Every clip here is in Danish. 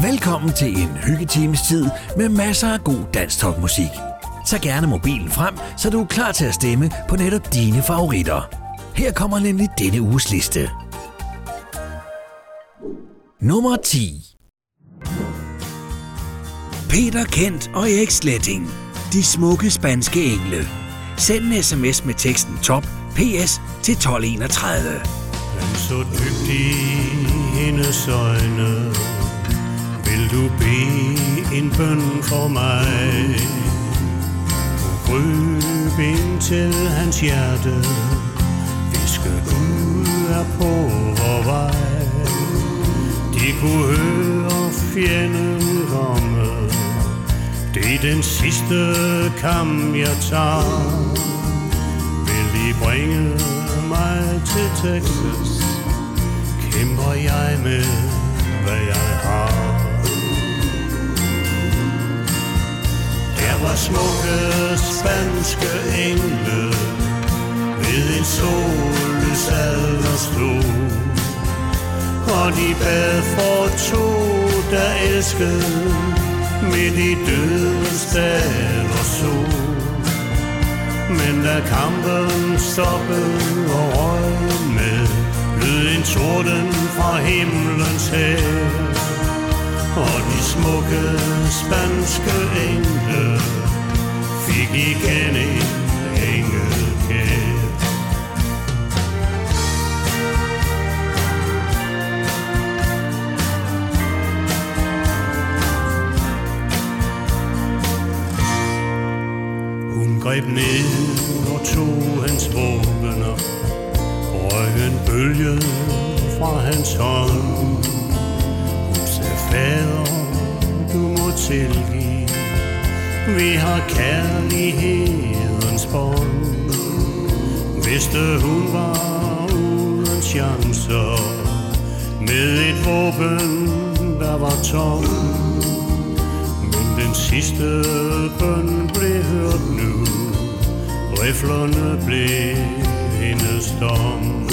Velkommen til en hyggetimes tid med masser af god dansk topmusik. Tag gerne mobilen frem, så du er klar til at stemme på netop dine favoritter. Her kommer nemlig denne uges liste. Nummer 10. Peter Kent og Erik Sletting. De smukke spanske engle. Send en sms med teksten top PS til 1231. Men så dybt i hendes øjne, vil du bede en bøn for mig. Kryb ind til hans hjerte, viske Gud er på vor vej. De kunne høre fjenden komme, det er den sidste kamp jeg tager. Vil de bringe mig til Texas, kæmper jeg med hvad jeg har. Der var smukke spanske engle ved en sollys stod, og de bad for to, der elskede midt i dødens dal og sol. Men da kampen stoppede og røg med, lød en torden fra himlens hær, og de smukke spanske engle fik igen en engelkær. Hun greb ned og tog hans våbener, røgen bølgede fra hans hånd. Hun sagde, fader, du må tilgive, vi har kærlighedens bånd. Vidste hun var uden chancer, med et våben, der var tom. Men den sidste bøn blev hørt nu, riflerne blev hendes dom.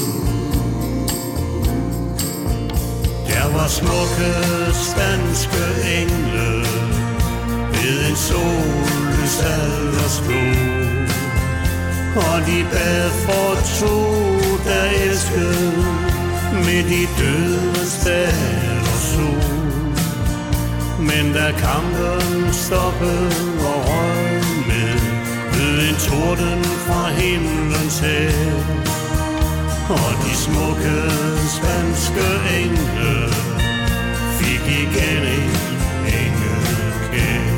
Der var smukke spanske engle ved en sollys aldersblod, og de bad for to, der elskede midt i dødens dal og sol. Men da kampen stoppede og røg med, lød en torden fra himlens hær, og de smukke spanske engle fik igen en engelkær.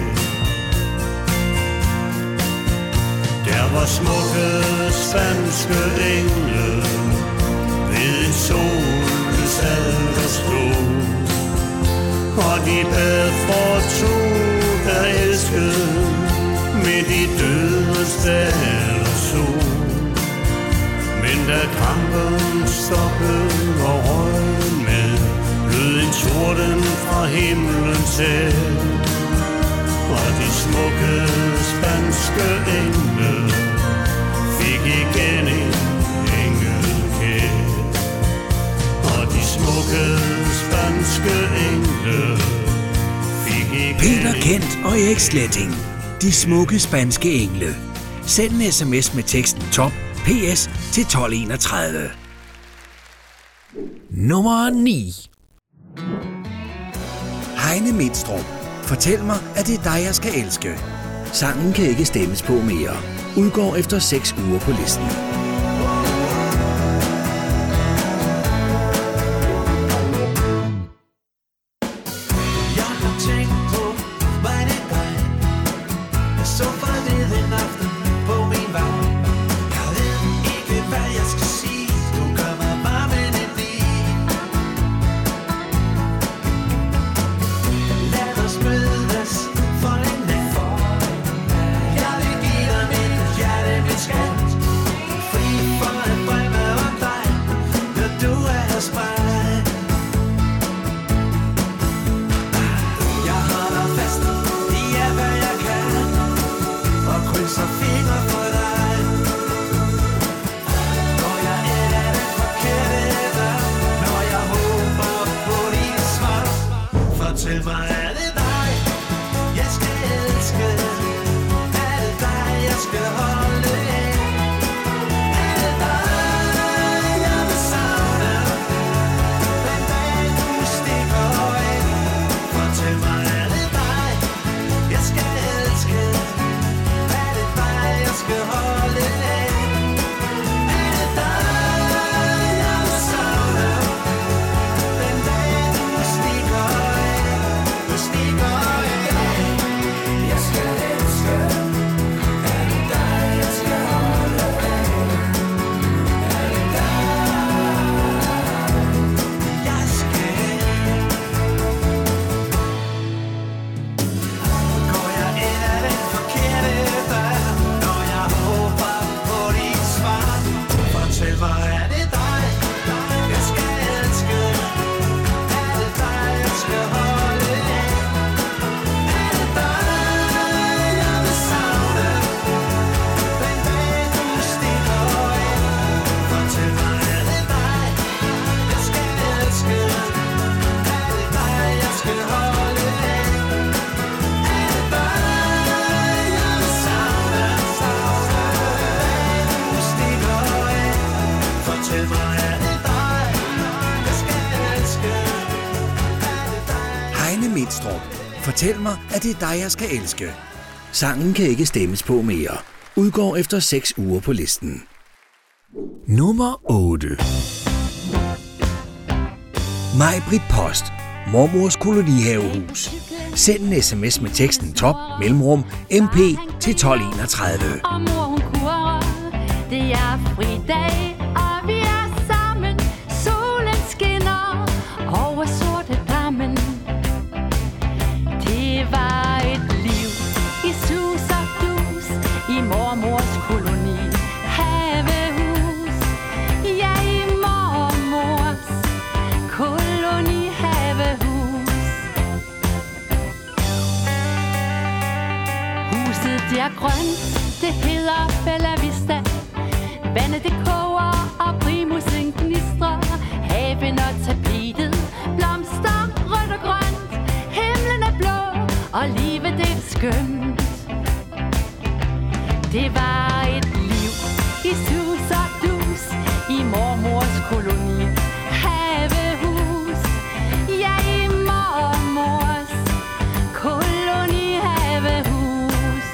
Der var smukke spanske engle ved en sollys aldersblod, og de bad for to, der elskede midt i dødens dal og sol. Men da kampen stoppede og røg med, lød en torden fra himlens hær, og de smukke spanske engle fik igen en engelkær. Og de smukke spanske engle fik igen Peter Kent og Erik Sletting. De smukke spanske engle. Send en sms med teksten top PS til 1231. Nummer 9. Heine Midtstrup. Fortæl mig, at det er dig, jeg skal elske. Sangen kan ikke stemmes på mere. Udgår efter 6 uger på listen. Tell my Lindstrup. Fortæl mig, at det er dig, jeg skal elske. Sangen kan ikke stemmes på mere. Udgår efter 6 uger på listen. Nummer 8. Maj-Britt Post. Mormors kolonihavehus. Send en sms med teksten top mellemrum MP til 1231. Og mor hun kurer, det er fridag, og vi er sammen. Solen skinner over sorte dammen. Det var et liv i sus og dus i mormors koloni havehus. Ja, i mormors koloni havehus. Huset det er grønt, det hedder Bella Vista. Vandet det koger og primusen gnistrer. Haven og tapetet, blomster rødt og grønt. Himlen er blå, og livet det er skønt. Det var et liv i sus og dus i mormors koloni havehus. Ja, i mormors koloni havehus.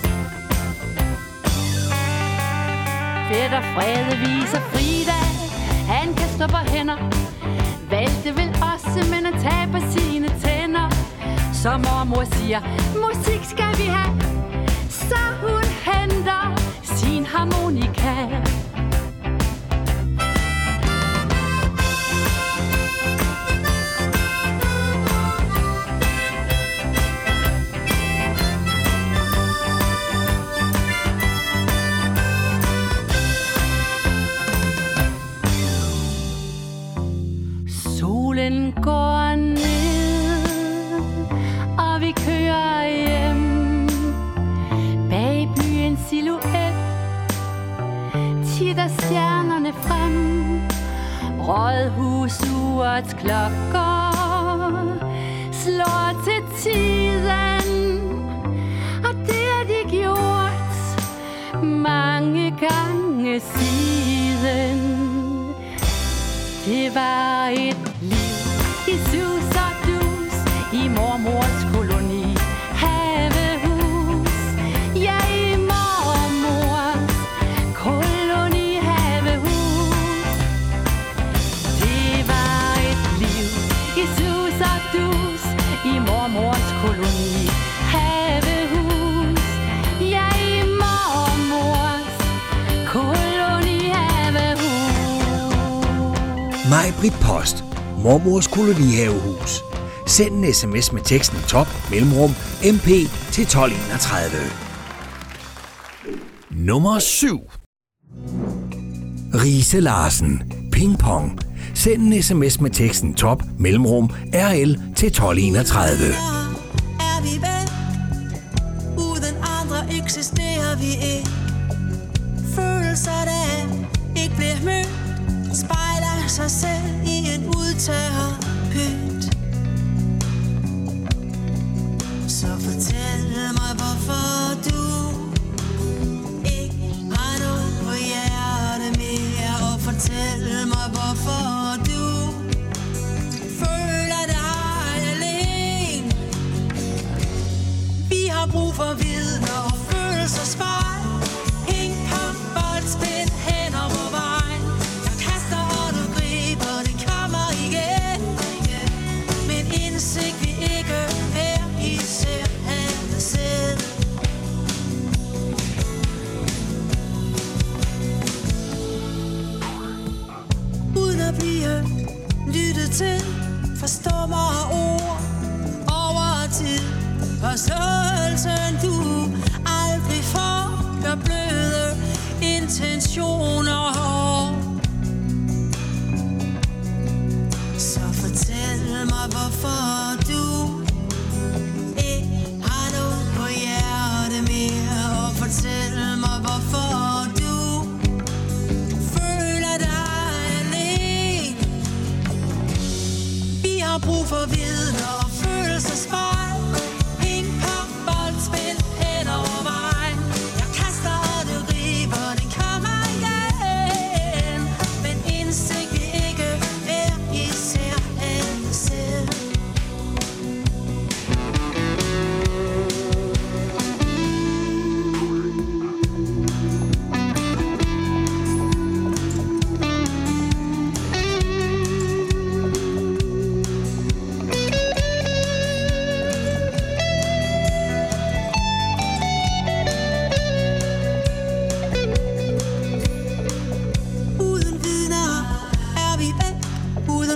Fætter Frede viser Frida, han kan stå på hænder. Valgte vel også, men han taber sine tænder. Så mormor siger, musik skal vi have. Så hun henter sin harmonika. Solen går ned, og vi kører hjem. Bag byens silhuet titter stjernerne frem. Rådhusurets klokker slår til tiden, og det har de gjort mange gange siden. Det var et liv i sus og dus i mormors koloni havehus. Ja, i mormors koloni havehus. Det var et liv i sus og dus i mormors koloni havehus. Ja, i mormors koloni havehus. Maj-Britt Post. Mormors kolonihavehus. Send en sms med teksten top mellemrum MP til 1231. Nummer 7. Riise Larsen. Ping Pong. Send en sms med teksten top mellemrum RL til 1231. Er vi vel? Uden andre eksisterer vi ikke. Følelser der ikke bliver mødt, spejler sig selv i en udtørret pynt. Så fortæl mig, hvorfor du ikke har noget på hjertet mere. Og fortæl mig, hvorfor du føler dig alene. Vi har brug for vidner og følelser spejl. Ping-pong, boldspil, hænder på vejen. Jeg kaster og du griber, det kommer igen. Men indsigt vi ikke hver især havde selv. Uden at blive lyttet til, forstummer ord over tid. Forståelsen du aldrig får, gør bløde intentioner hård. Så fortæl mig, hvorfor du ikke har noget på hjertet mere. Og fortæl mig, hvorfor du føler dig alene. Vi har brug for vidner og følelser spejl. Ping-pong, boldspil, hænder over vejen. Jeg kaster og du river, det kommer igen. Men indsigt vi ikke hver især havde selv.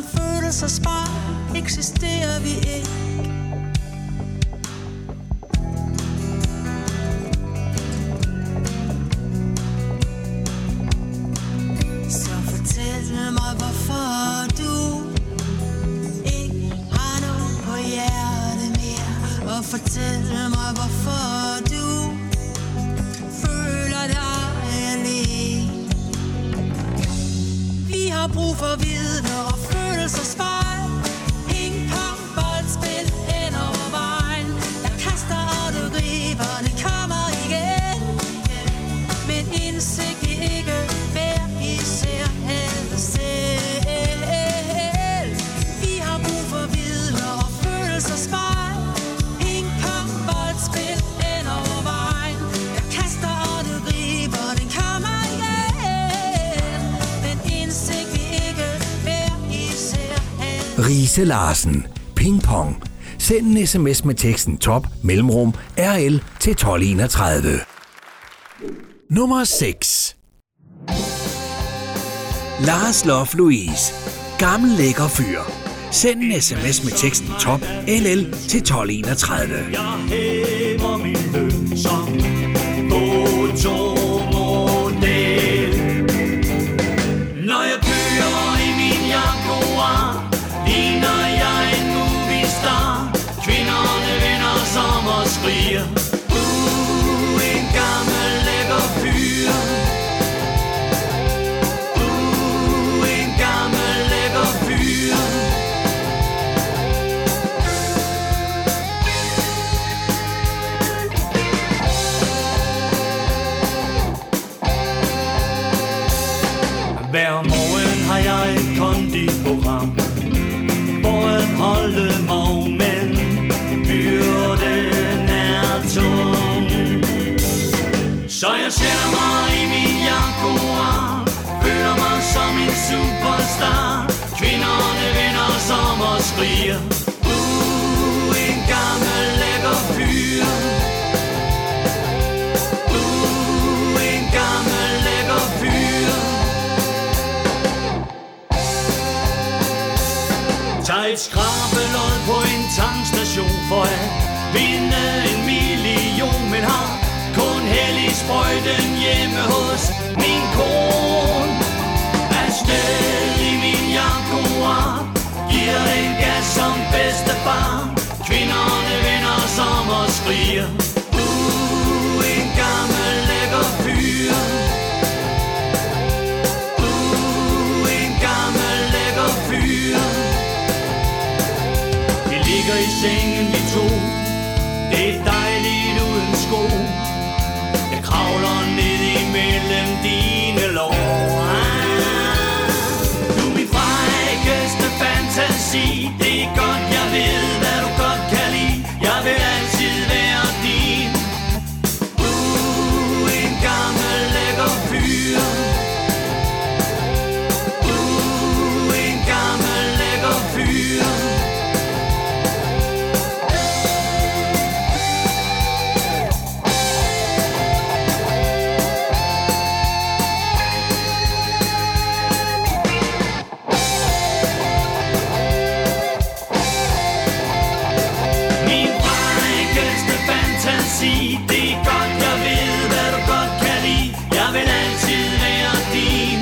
uden følelser spar eksisterer vi ikke. Så fortæl mig, hvorfor du ikke har noget på hjertet mere. Og fortæl mig, hvorfor du føler dig alene. Vi har brug for vidner og følelser spejl. Ping-pong, boldspil hen over vejen. Jeg kaster og du griber, det kommer igen. Men indsigt vi ikke hver især havde selv. Vi har brug for vidner og følelser spejl. Ping-pong, boldspil hen over vejen. Jeg kaster og du griber, den kommer igen. Men indsigt vi ikke hver især havde. Riise Larsen. Ping Pong. Send en sms med teksten top mellemrum RL til 1231. Nummer 6. Lars Love Louise. Gammel lækker fyr. Send en sms med teksten top LL til 1231. Jeg hæver min løn som fotomodel. Når jeg kører i min Jaguar, ligner jeg en moviestar. Kvinderne vender som og skriger. En gammel lækker fyr. En gammel lækker fyr. Hver morgen har jeg et kondiprogram for at holde mig, men byrden er tung. Så jeg sætter mig i min Jaguar, føler mig som en superstar. Kvinderne vender som og skriger. En gammel lækker fyr. En gammel lækker fyr. Tag et skrabelod på en tankstation for at vinde 1 million, men har kun hellig sprøjten hjemme hos min kone. Afsted i min Jaguar, giver den gas som bedstefar. Kvinderne vender som og skriger. En gammel lækker fyr. En gammel lækker fyr. Vi ligger i sengen vi to. Det er dejligt uden sko. Jeg kravler ned imellem dine lår. Du er min frækkeste fantasi. Det er godt jeg ved hvad du godt kan lide. Jeg vil altid være din. En gammel lækker fyr. En gammel lækker fyr. Det er godt, jeg ved, hvad du godt kan lide. Jeg vil altid være din.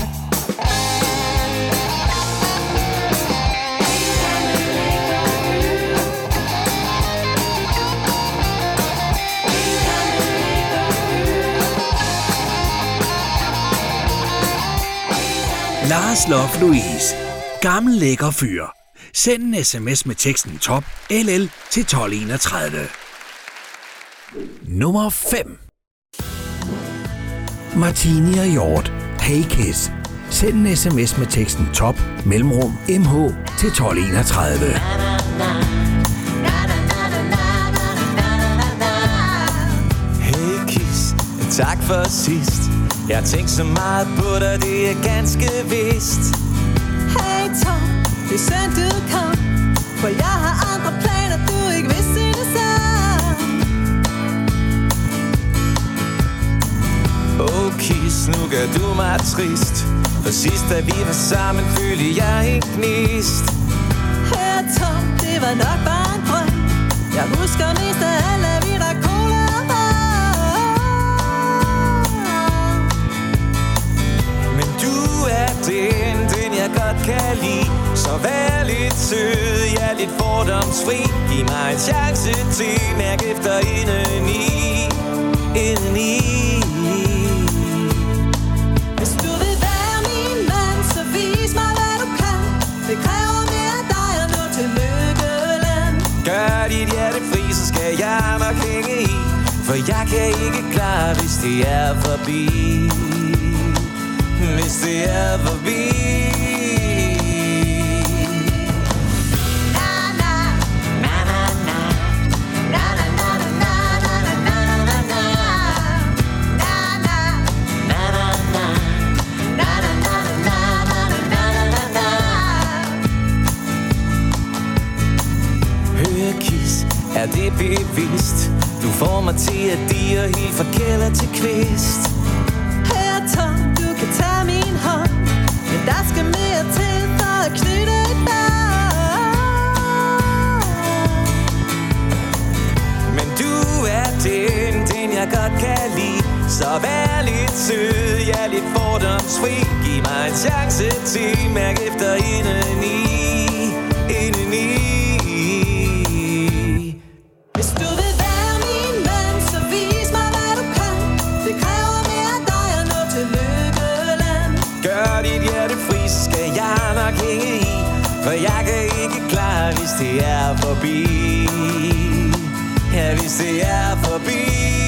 Lars Love Louise. Gammel lækker fyr. Send en sms med teksten top LL til 1231. Nummer 5. Martini og Hjort. Hey Kiss. Send en sms med teksten top mellemrum MH til 1231. Hey Kiss, tak for sidst. Jeg har tænkt så meget på dig, det er ganske vist. Hey Tom, det er synd du kom, for jeg har andre planer, du ikke vidste det samme. Oh Kiss, nu gør du mig trist. For sidst da vi var sammen, følte jeg en gnist. Her Tom, det var nok bare en drøm. Jeg husker mest af alle vi der cola og vand. Men du er den jeg godt kan lide. Så vær lidt sød, jeg er lidt fordomsfri. Giv mig en chance til, mærk efter indeni. Hvis du vil være min mand, så vis mig hvad du kan. Det kræver mere af dig at nå til lykkeland. Gør dit hjerte fri, så skal jeg nok hænge i. For jeg kan ikke klare, hvis det er forbi. Hvis det er forbi. Er det bevidst? Du får mig til at dire helt fra kælder til kvist. Her Tom, du kan tage min hånd. Men der skal mere til for at knytte et bånd. Men du er den jeg godt kan lide. Så vær lidt sød, jeg er lidt fordomsfri. Giv mig en chance til, mærk efter indeni. Hvis du vil være min mand, så vis mig hvad du kan. Det kræver mere af dig at nå til lykkeland. Gør dit hjerte fri, så skal jeg nok hænge i. For jeg kan ikke klare, hvis det er forbi. Ja, hvis det er forbi.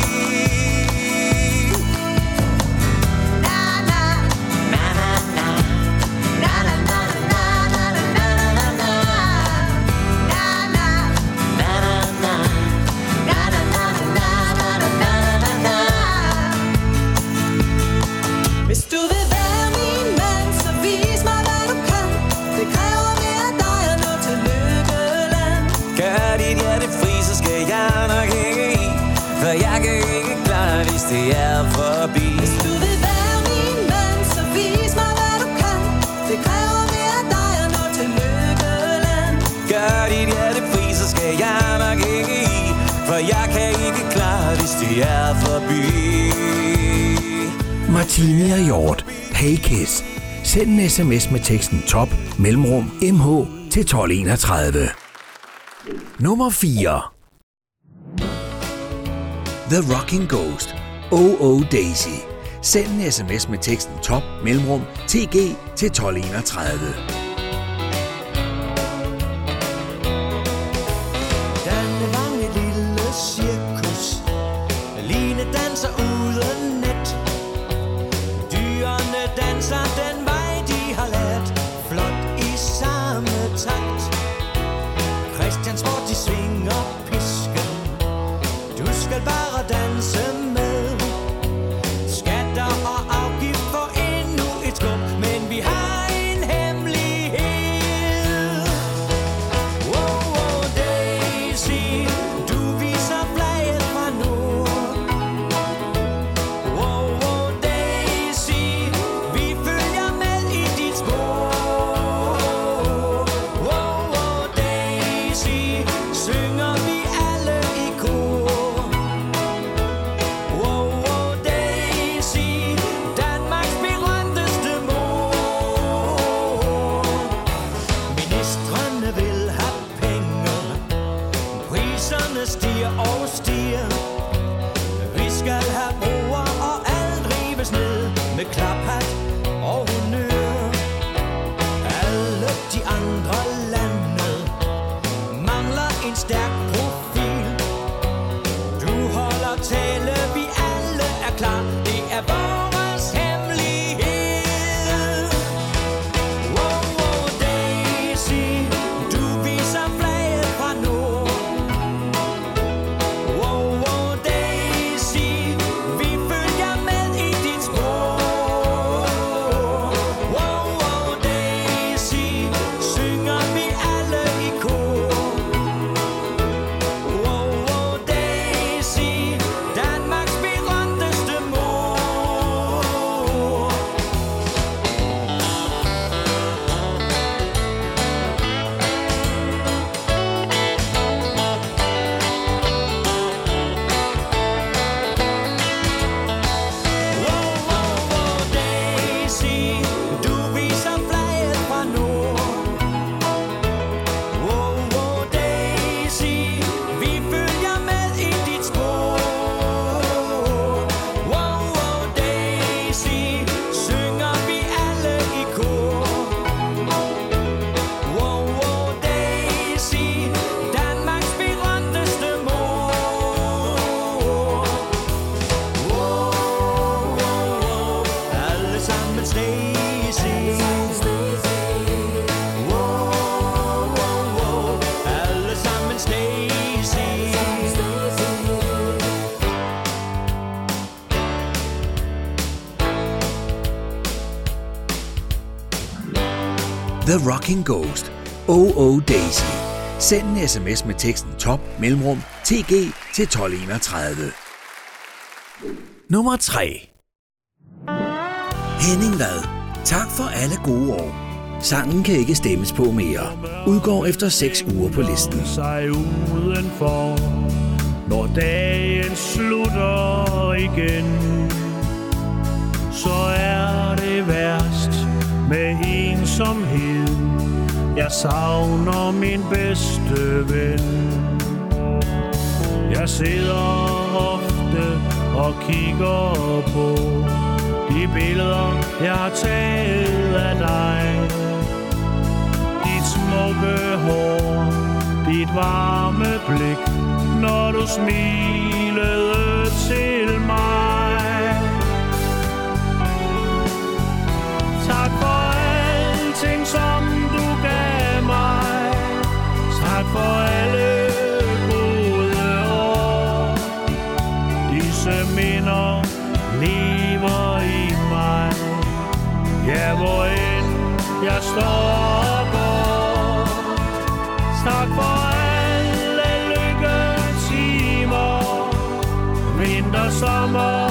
Jeg kan ikke klare, hvis det er forbi. Hvis du vil være min mand, så vis mig hvad du kan. Det kræver mere af dig at nå til lykkeland. Gør dit hjerte fri, så skal jeg nok ikke i. For jeg kan ikke klare, hvis det er forbi. Martine og Hjort. Hey Kiss. Send en sms med teksten top mellemrum MH til 1231. Nummer 4. The Rocking Ghost. Oh Daisy. Send en sms med teksten top mellemrum TG til 1231. Dannevange lille cirkus. Line danser uden net. Dyrene danser den vej de har lært. Flot i samme takt. Christiansborg de svinger pisken. Du skal bare danse med. Skatter og afgift for endnu et skub. Men vi har en hemmelig The Rocking Ghost, Oh Daisy. Send en sms med teksten top mellemrum TG til 1231. Nummer 3. Henning Lad. Tak for alle gode år. Sangen kan ikke stemmes på mere. Udgår efter 6 uger på listen. Sig udenfor, når dagen slutter igen, så er det værst med ensomhed. Jeg savner min bedste ven. Jeg sidder ofte og kigger på de billeder, jeg har taget af dig. Dit smukke hår, dit varme blik, når du smilede til mig. Tak for alting, som du gav mig. Tak for alle gode år. Disse minder lever i mig. Ja, hvor end jeg står og går. Tak for alle lykketimer. Vinter, sommer,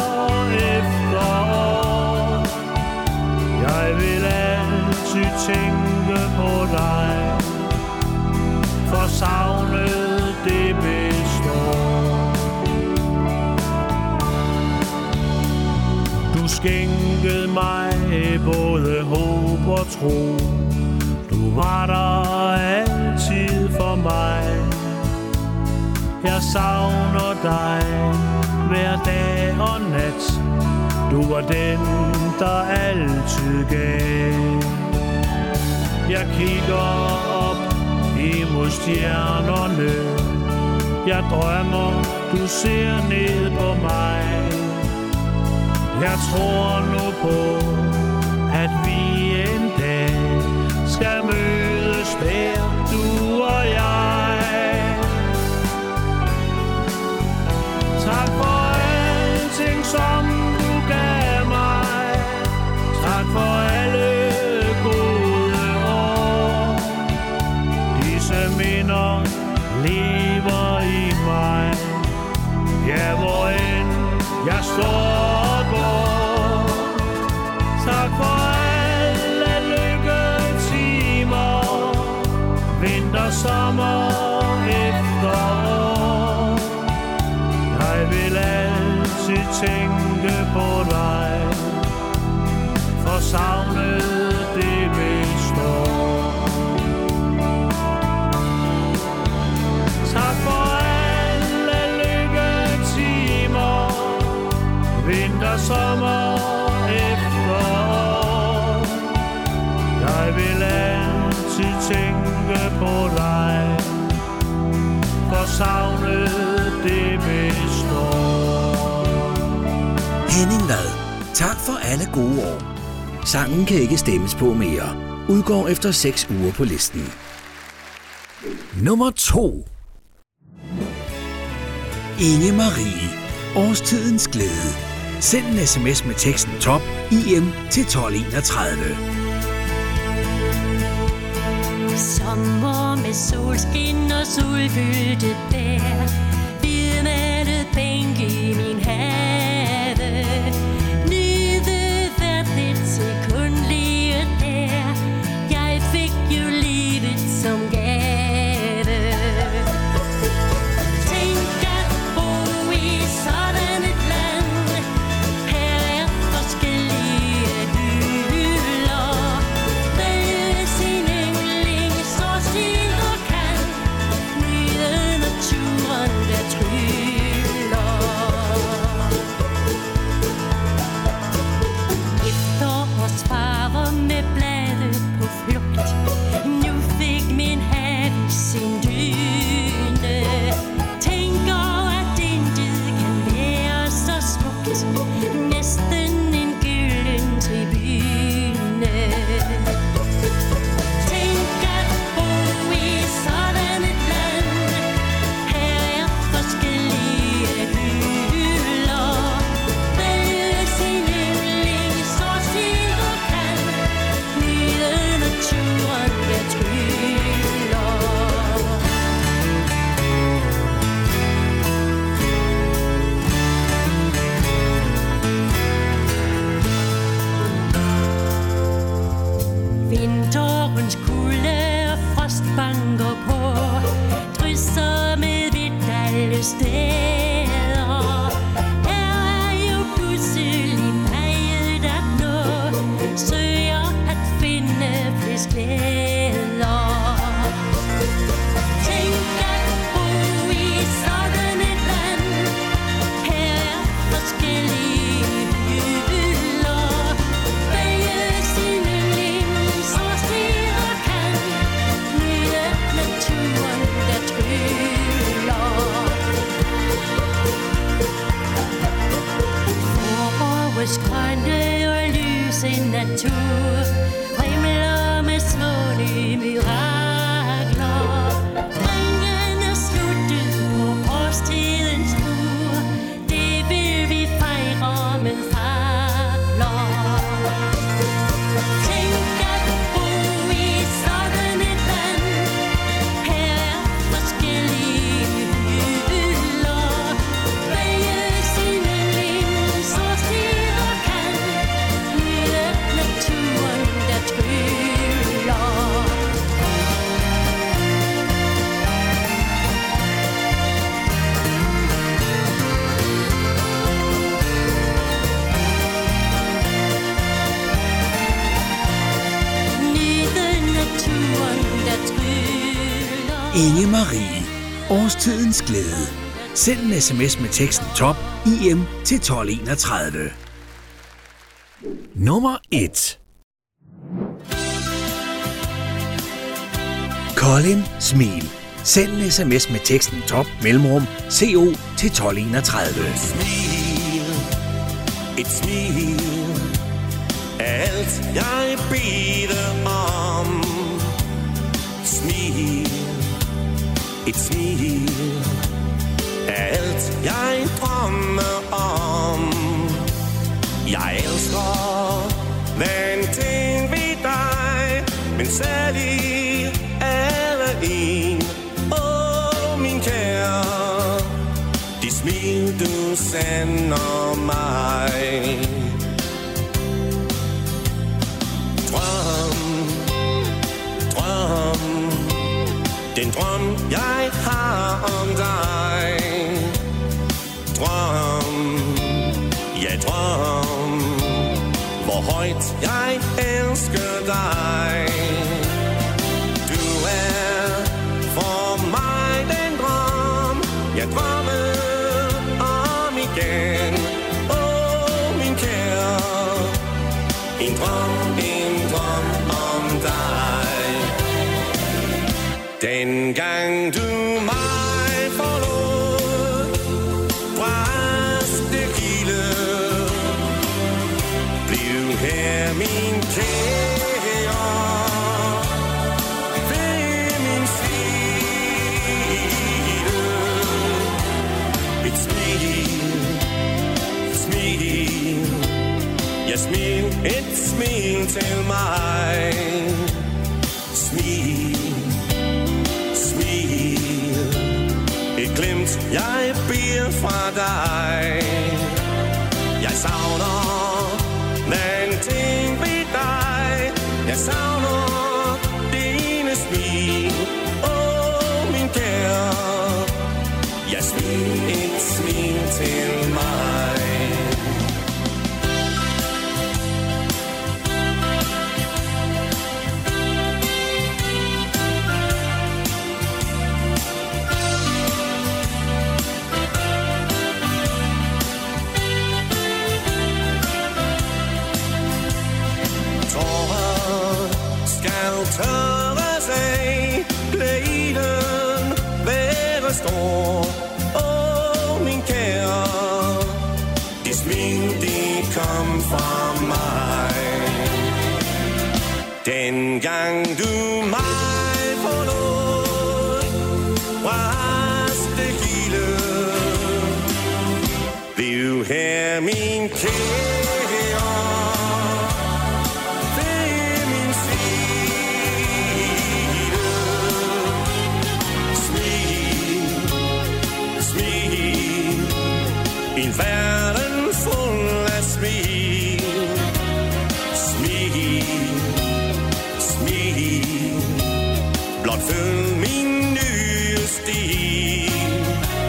efterår. Jeg vil altid tænke på dig, for savnet det består. Du skænkede mig både håb og tro. Du var der altid for mig. Jeg savner dig hver dag og nat. Du var den, der altid gav. Jeg kigger op imod stjernerne. Jeg drømmer, du ser ned på mig. Jeg tror nu på, at vi en dag skal mødes der, du og jeg. Tak for alting, som du gav mig. Tak for alle gode år. Disse minder lever i mig. Ja, hvor end jeg står og går. Tak for alle lykketimer. Vinter, sommer, efterår. Jeg vil altid tænke på dig, for savnet det består. Tak for alle lykketimer. Vinter, sommer, efterår. Jeg vil altid tænke på dig, for savnet det består. Henning Lad. Tak for alle gode år. Sangen kan ikke stemmes på mere. Udgår efter 6 uger på listen. Nummer 2. Inge Marie. Årstidens glæde. Send en sms med teksten top IM til 1231. Sommer med solskin og solfyldte bær, hvidmalet bænk i min have. Nyde hvert et sekund lige der, jeg fik jo livet som gave. Tænk at bo i sådan et land, her er forskellige hylder. Vælge sin yndling så stil du kan, nyde naturen der. banker på, drysser med vidt alle steder. Her er jo pludselig baget at nå, søger at finde flest glæder. Tænk at bo i sådan et land, her er forskellige hylder. Vælge sin yndlingsårstid og kan nyde naturen, der tryller. Forårets grønne og lyse natur rimler med små nye mirakler. Ringen er sluttet på årstidens mur, det vil vi fejre med fakler. Tænk at bo i sådan et land, her er forskellige hylder. Vælge sin yndlingsårstid og kan nyde naturen, der tryller. Nyde naturen, der tryller. Inge Marie. Årstidens glæde. Send en sms med teksten top IM til 1231. Nummer 1. Colin Smil. Send en sms med teksten top mellemrum CO til 1231. Smil, et smil, alt jeg beder om. Smil, et smil, alt jeg drømmer om. Jeg elsker den ting ved dig, men særlig alle en. Åh, min kære, de smil du sender mig. Drøm, drøm, den drøm jeg har om dig. Drøm, ja drøm, hvor højt jeg elsker dig. Du er for mig den drøm, jeg drømmer om igen. Åh, min kære, en drøm om dig. Dengang du mig forlod, brændte hele, blev her min kære, ved min side. Et smil, smil, ja smil, et smil til mig. Smil, smil, et glimt jeg beder fra dig. Jeg savner den ting ved dig. Jeg savner dine smil. Åh, min kære, jeg smil, et smil til mig. Tørres af, glæden være stor. Åh, min kære, de smil, de kom fra mig. Dengang du mig forlod, brændte hele, blev her min kære. En verden fuld af smil. Smil, smil, blot følg min nye stil.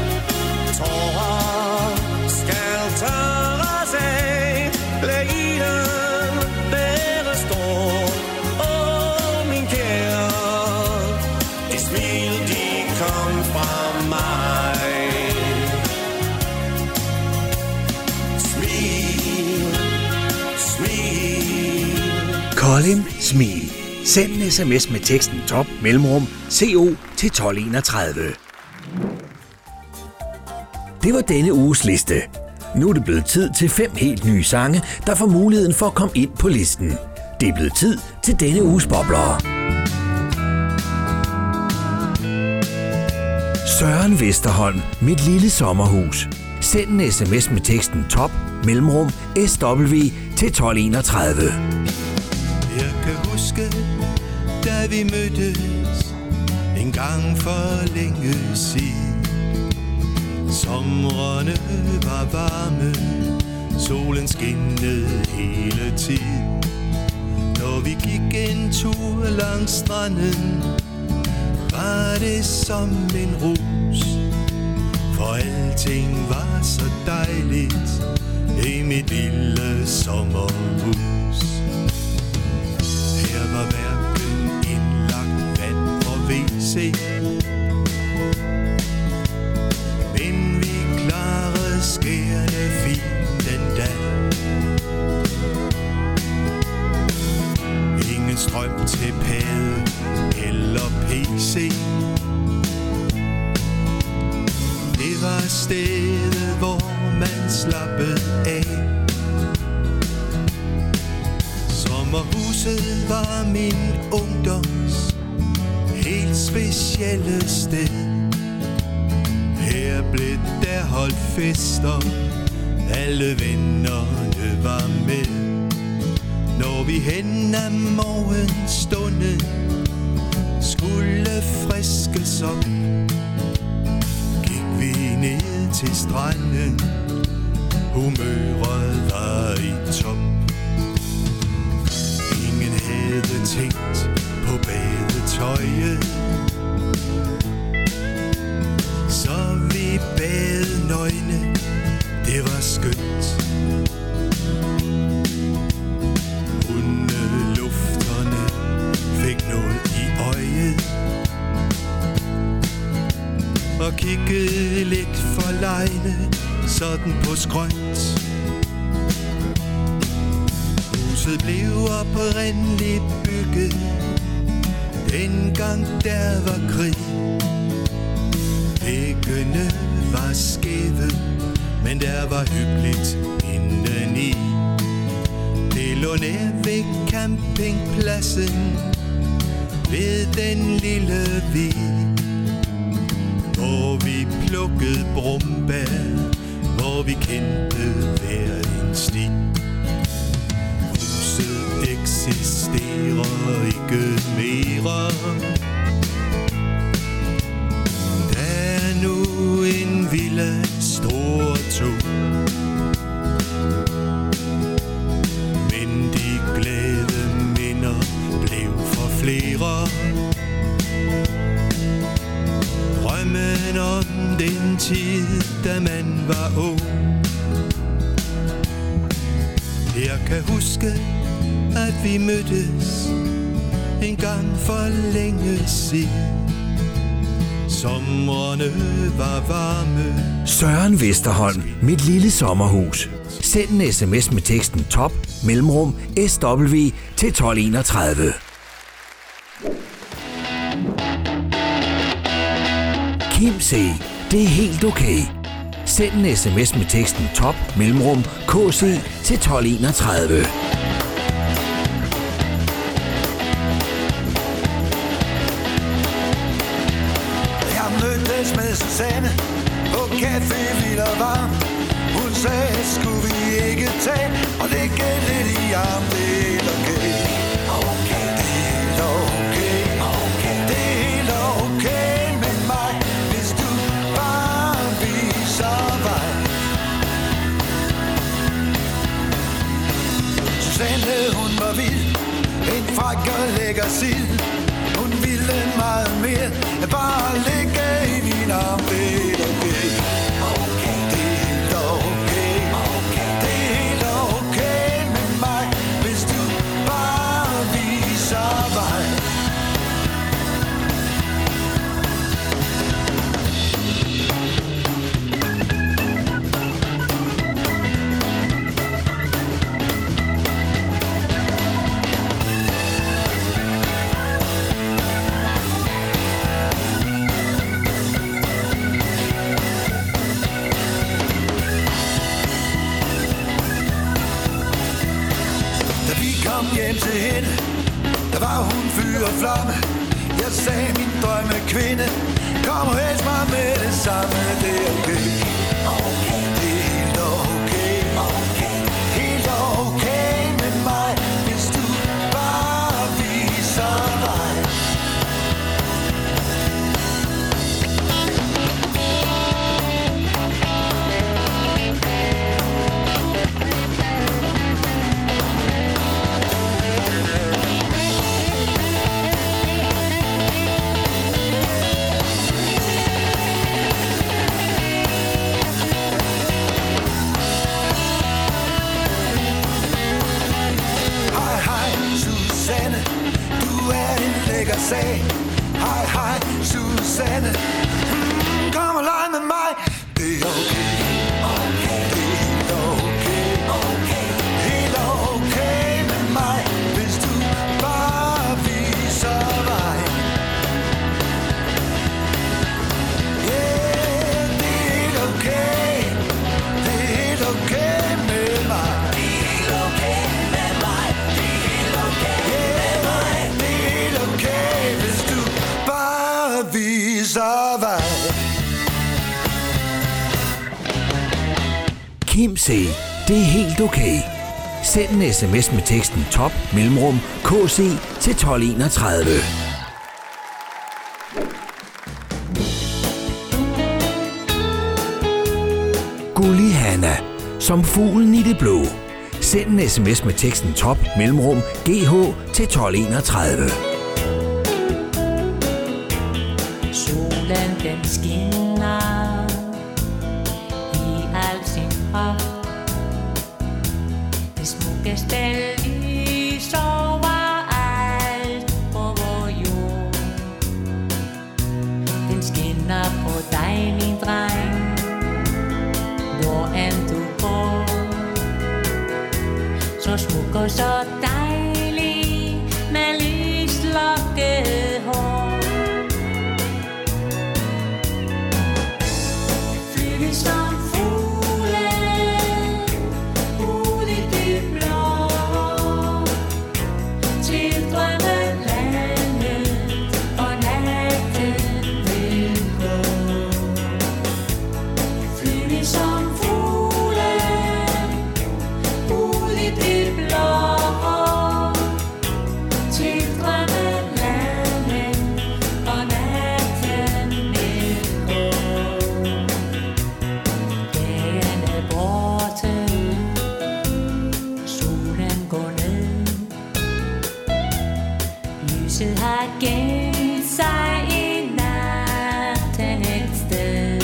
Tårer skal tørres af, lægen der står. Åh, min kære, de smil, de kom fra mig. Smil, smil. Kolding Smil. Send en sms med teksten top mellemrum CO til 1231. Det var denne uges liste. Nu er det blevet tid til 5 helt nye sange, der får muligheden for at komme ind på listen. Det er blevet tid til denne uges boblere. Søren Vesterholm, Mit lille sommerhus. Send en sms med teksten top mellemrum SW til 1231. Jeg kan huske, da vi mødtes en gang for længe siden. Somrene var varme, solen skinnede hele tiden. Når vi gik en tur langs stranden, var det som en rus. For alting var så dejligt i mit lille sommerhus. Her var hverken indlagt vand og WC, men vi klarede skærende fint den dag. Ingen strøm til padel eller PC. Det var stedet, hvor man slappede af. Sommerhuset var min ungdoms helt specielle sted. Her blev der holdt fester, alle vennerne var med. Når vi hen ad morgenstunden skulle friskes op, gik vi ned til stranden, humøret var i top. Ingen havde tænkt på badetøjet, så vi bad nøgne, det var skønt. Hundelufterne fik noget i øjet og kiggede lidt forlegne sådan på skrønt. Huset blev oprindeligt bygget dengang der var krig. Væggene var skæve, men der var hyggeligt indeni. Det lå nær ved campingpladsen ved den lille vig, hvor vi plukkede brumbær, hvor vi kendte hver en sti. Huset eksisterer ikke mere. Der er nu en villa stor to, men de glade minder blev for flere. Drømmen om den tid, da man var ung. Jeg kan huske, at vi mødtes en gang for længe siden. Somrene var varme. Søren Vesterholm, Mit lille sommerhus. Send en sms med teksten top mellemrum SW til 1231. Kim C. Det er helt okay. Send en sms med teksten top mellemrum KC til 1231. Jeg mødtes med Susanne på Café Vild og Varm. Hun sagde, skulle vi ikke tage og ligge lidt i arm. Det er helt okay. Okay, det er helt okay. Okay, det er helt okay med mig, hvis du bare viser vej. Susanne, hun var vild, en fræk og lækker sild. Hun ville meget mere flamme. Jeg sagde min drømme kvinde, kom og hils mig med det samme. Det er okay, okay. Det er helt okay, okay. Helt okay med mig, hvis du bare viser vej. Sag. Hej, hej, Susanne. Kom og leg med mig. Det er okay, okay. Det er helt okay, okay. Helt okay med mig, hvis du bare viser vej. Yeah, det er helt okay. Det er helt okay med mig. Det er helt okay med mig. Det er helt okay med mig. Det er helt okay, hvis du bare viser vej. Kim C. Det er helt okay. Send en sms med teksten top mellemrum KC til 1231. Gulli Hanna. Som fuglen i det blå. Send en sms med teksten top mellemrum GH til 1231. Solen den skinner i al sin pragt. Det smukkeste lys overalt på vor jord. Den skinner på dig, min dreng, hvor end du går. Så smuk og så dejlig med lyslokket hår. Flyve som fuglen ud i det blå, til drømmelandet og natten vil gå. Flyve som fuglen ud i det blå, til drømmelandet og natten vil gå. Dagen er borte, solen går ned. Lyset har gemt sig i natten et sted.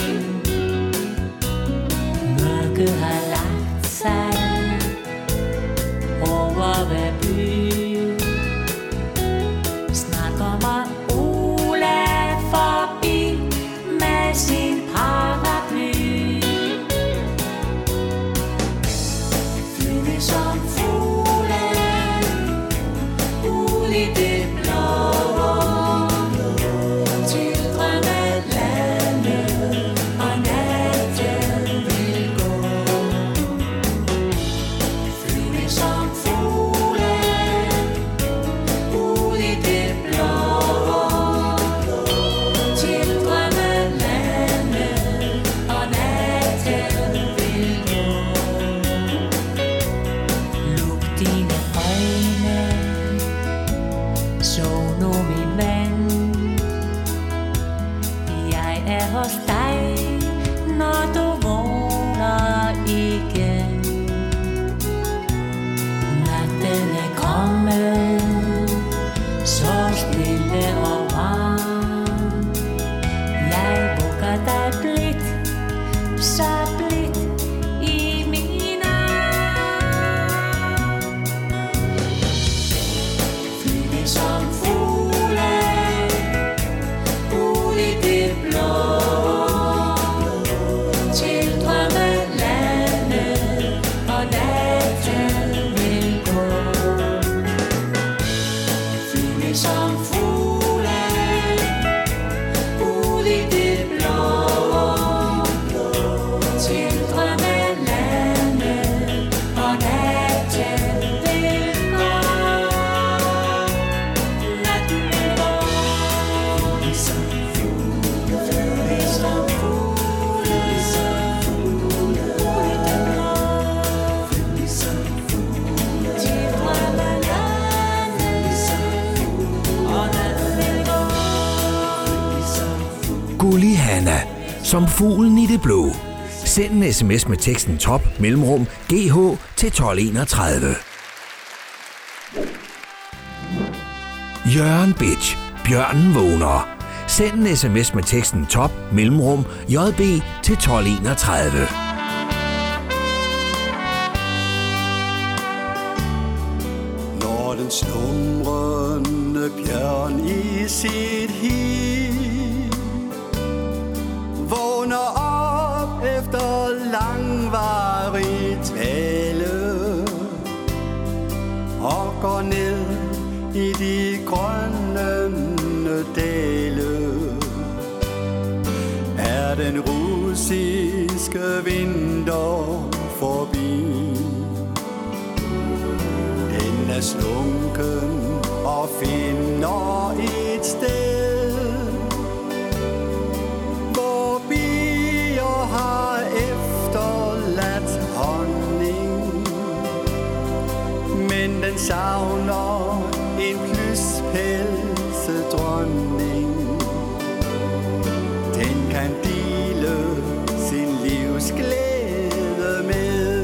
Mørket har lagt sig over hver by. Snart kommer Ola forbi med sin paraply. Flyve som fuglen ud i det blå, til drømmelandet og natten vil gå. Flyve som fuglen ud i det blå, til drømmelandet og natten vil gå. Luk dine øjne, sov nu min ven. Jeg er hos dig, når du vågner igen. Natten er kommet, så stille og varm. Jeg bukker dig blidt, så blidt i min arm. Flyve som fuglen ud i det blå, til drømmelandet og natten vil gå. Flyve som fuglen ud i det blå, til drømmelandet og natten vil gå. Natten vil Gullig Hanna, som fuglen i det blå. Send en sms med teksten top mellemrum GH til 1231. Jørgen Bitch, bjørnen vågner. Send en sms med teksten top mellemrum JB til 1231. Når den slumrende bjørn i sit hi vågner op efter langvarig tale og går ned i de grønne dale, er den russiske vinter forbi. Den er slunken og finder et sted, hvor bier har efterladt honning, men den savner en plyspelsedronning. Den kan dele sin livsglæde med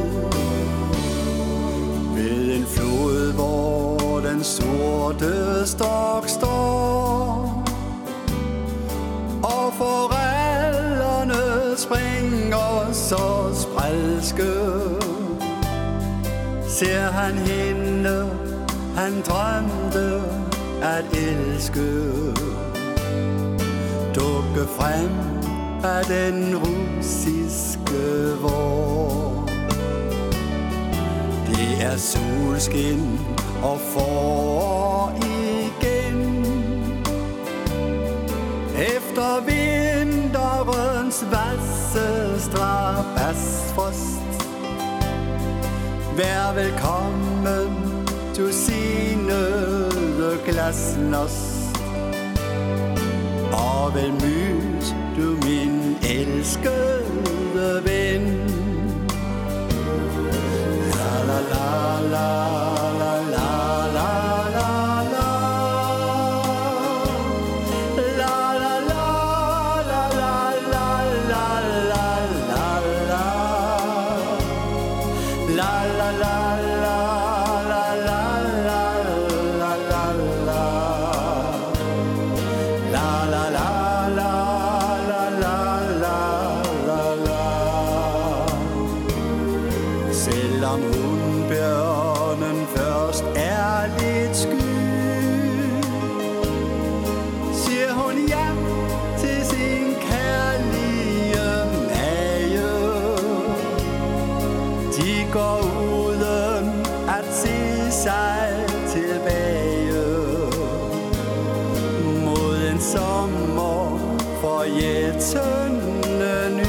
ved en flod, hvor den sorte stok står, og forellerne springer så sprælske. Ser han hende, han drømte at elske, dukke frem af den russiske vår. Det er solskin og forår igen, efter vinterens vasse strabasfrost. Vær velkommen, du sinede glasnost, og vel mødt du min elskede ven. La la la la la la la la la la la la la la la la la la Selvom hundbjørnen først er lidt sky, siger hun ja til sin kærlige mage. De går uden at se sig tilbage mod en sommer forjættende ny.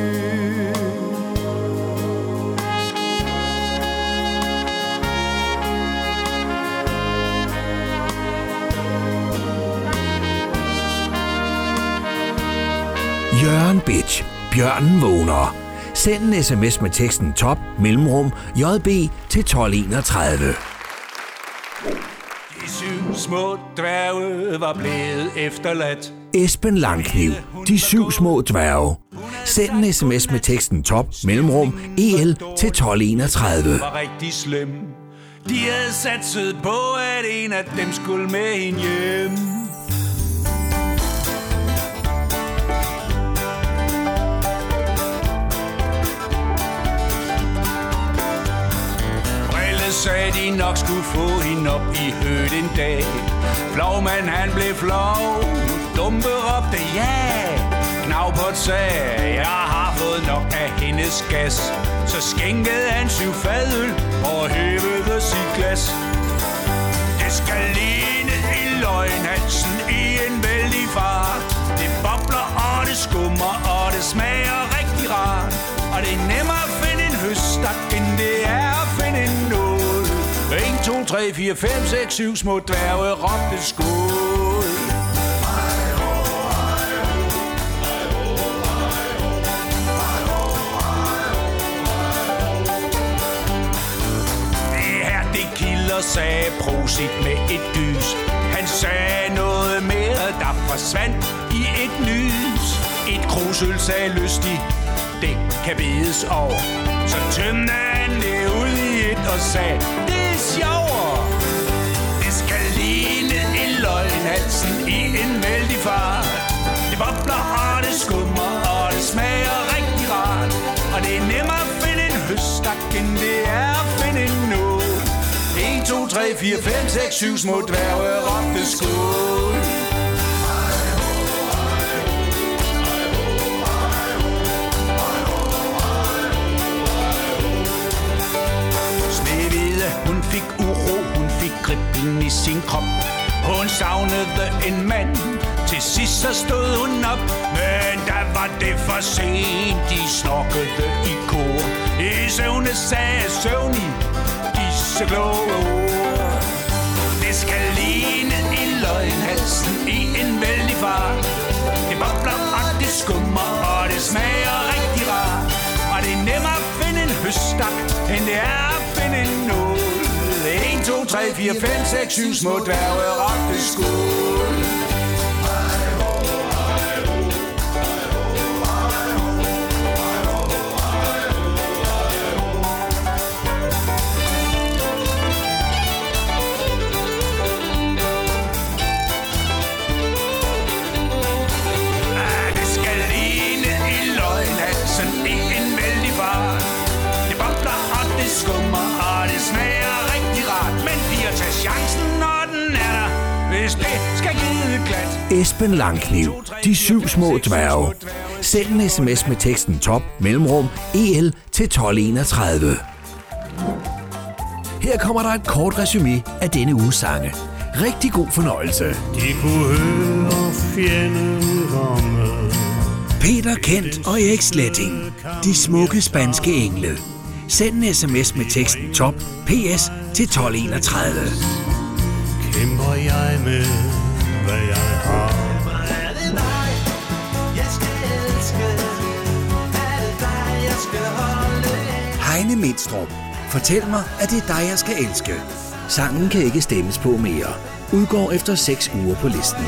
Jørgen Bitch, bjørnen vågner. Send en sms med teksten top mellemrum JB til 1231. De 7 små dværge var blevet efterladt. Esben Langkniv, de 7 små dværge. Send en sms med teksten top mellemrum EL til 1231. Var rigtig slem. De havde satset på, at en af dem skulle med hende hjem. Sagde de nok skulle få hende op i højt en dag. Flovmand han blev flov, Dumpe råbte ja. Knavpot sagde, jeg har fået nok af hendes gas. Så skænkede han 7 fadøl og hævede sit glas. Det skal ligne i løgnhalsen i en vældig fart. Det bobler og det skummer og det smager rigtig rart. Og det er nemmere at finde en høstak, end det er at finde en nål. 1, 2, 3, 4, 5, 6, 7 små dværge råbte skål. Det her, det kilder, sagde prosit med et dys. Han sagde noget mere noget, der forsvandt i et lys. Et krusøl sagde lystig, det kan bides over. Så tømte han det ud i et og sagde, det er sjovere. Det skal ligne en løgnhalsen i en vældig fart. Det bobler og det skummer og det smager rigtig rart. Og det er nemmere at finde en høstak, end det er at finde en nål. 1, 2, 3, 4, 5, 6, 7 små dværge råbte skål. Snehvide, hun fik uro, hun fik griblen i sin krop. Hun savnede en mand, til sidst så stod hun op. Men da var det for sent, de snorkede i kor. I søvne sagde søvnig, disse kloge ord. Det skal ligne i løgnhalsen i en vældig fart. Det bobler og det skummer og det smager rigtig rart. Og det er nemmere at finde en høstak, end det er at finde en nål. 1, 2, 3, 4, 5, 6, 7 små dværge råbte skål. Esben Langkniv, De 7 små dværge. Send en sms med teksten top mellemrum EL til 1231. Her kommer der et kort resumé af denne uges sange. Rigtig god fornøjelse. De kunne høre fjenden komme. Peter Kent og Erik Sletting, De smukke spanske engle. Send en sms med teksten top PS til 1231. Kæmper jeg med, hvad jeg har. Heine Mindstrup, fortæl mig, at det er dig, jeg skal elske. Sangen kan ikke stemmes på mere. Udgår efter 6 uger på listen.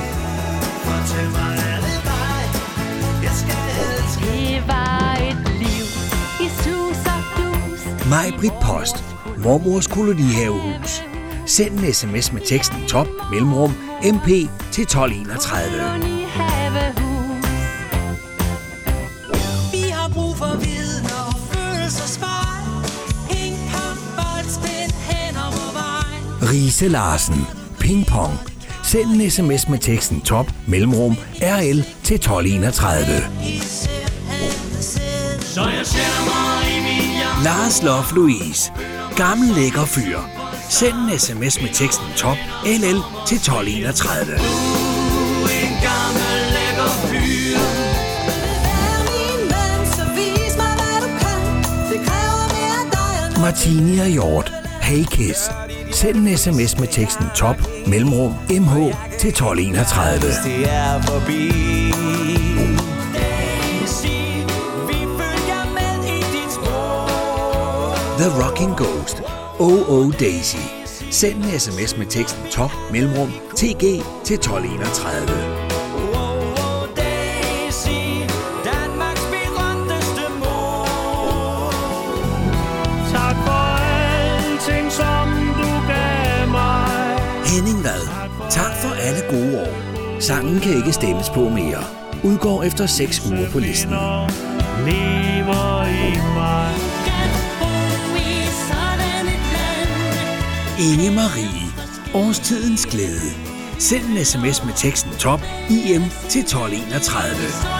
Det var et liv i sus og dus. Maj-Brit Post, mormors kolonihavehus. Send en sms med teksten top mellemrum MP til 1231. Vi har brug for viden og følelsesspejl. Ping-pong, boldspil, hen over vejen. Riese Larsen, Ping Pong. Send en sms med teksten top mellemrum RL til 1231. Så jeg sætter mig i min jakke. Lars Love Louise, gammel lækker fyr. Send en sms med teksten top LL til 1231. En gammel lækker fyr. Martini og Hjort, Hey Kiss. Send en sms med teksten top mellemrum MH til 1231. Det er forbi. The Rocking Ghost, Oh Daisy. Send en sms med teksten top mellemrum TG til 1231. Tak for alting, som du gav mig. Henning Vad, tak for alle gode år. Sangen kan ikke stemmes på mere. Udgår efter 6 uger på listen. Lever i mig. Inge Marie, årstidens glæde. Send en sms med teksten top IM til 1231.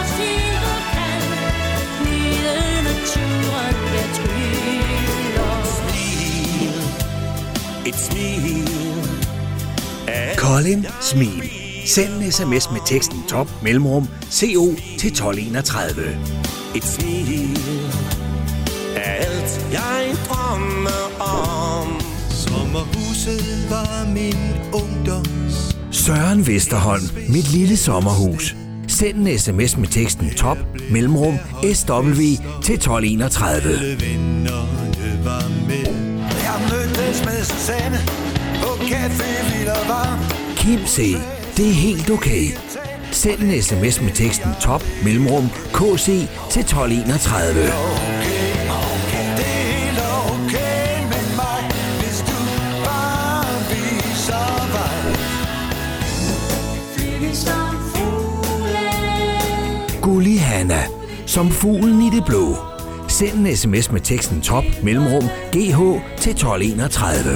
Colin Smil. Send en sms med teksten top mellemrum CO til 1231. Et smil er alt jeg drømmer om. Sommerhuset var min ungdoms. Søren Vesterholm, mit lille sommerhus. Send en sms med teksten top mellemrum SW til 1231. Vennerne var med. Jeg mødtes med Susanne på Café Vild og Varm. Kim C. Det er helt okay. Send en sms med teksten top mellemrum KC til 1231. Gulli Hanna, som fuglen i det blå. Send en sms med teksten top mellemrum GH til 1231.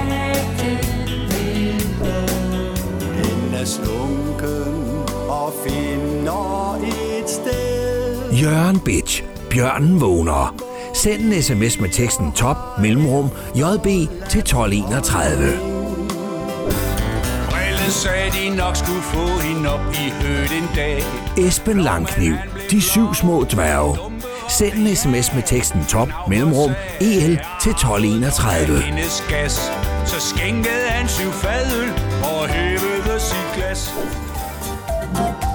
Den er slunken og finder et sted. Jørgen Bitch, bjørnen vågner. Send en sms med teksten top mellemrum JB til 1231. Sagde de nok skulle få hende op i højt en dag. Esben Langkniv, de 7 små dværge. Send en sms med teksten top mellemrum EL til 1231. Hendes gas, så skænkede han 7 fadøl og hævede sit glas.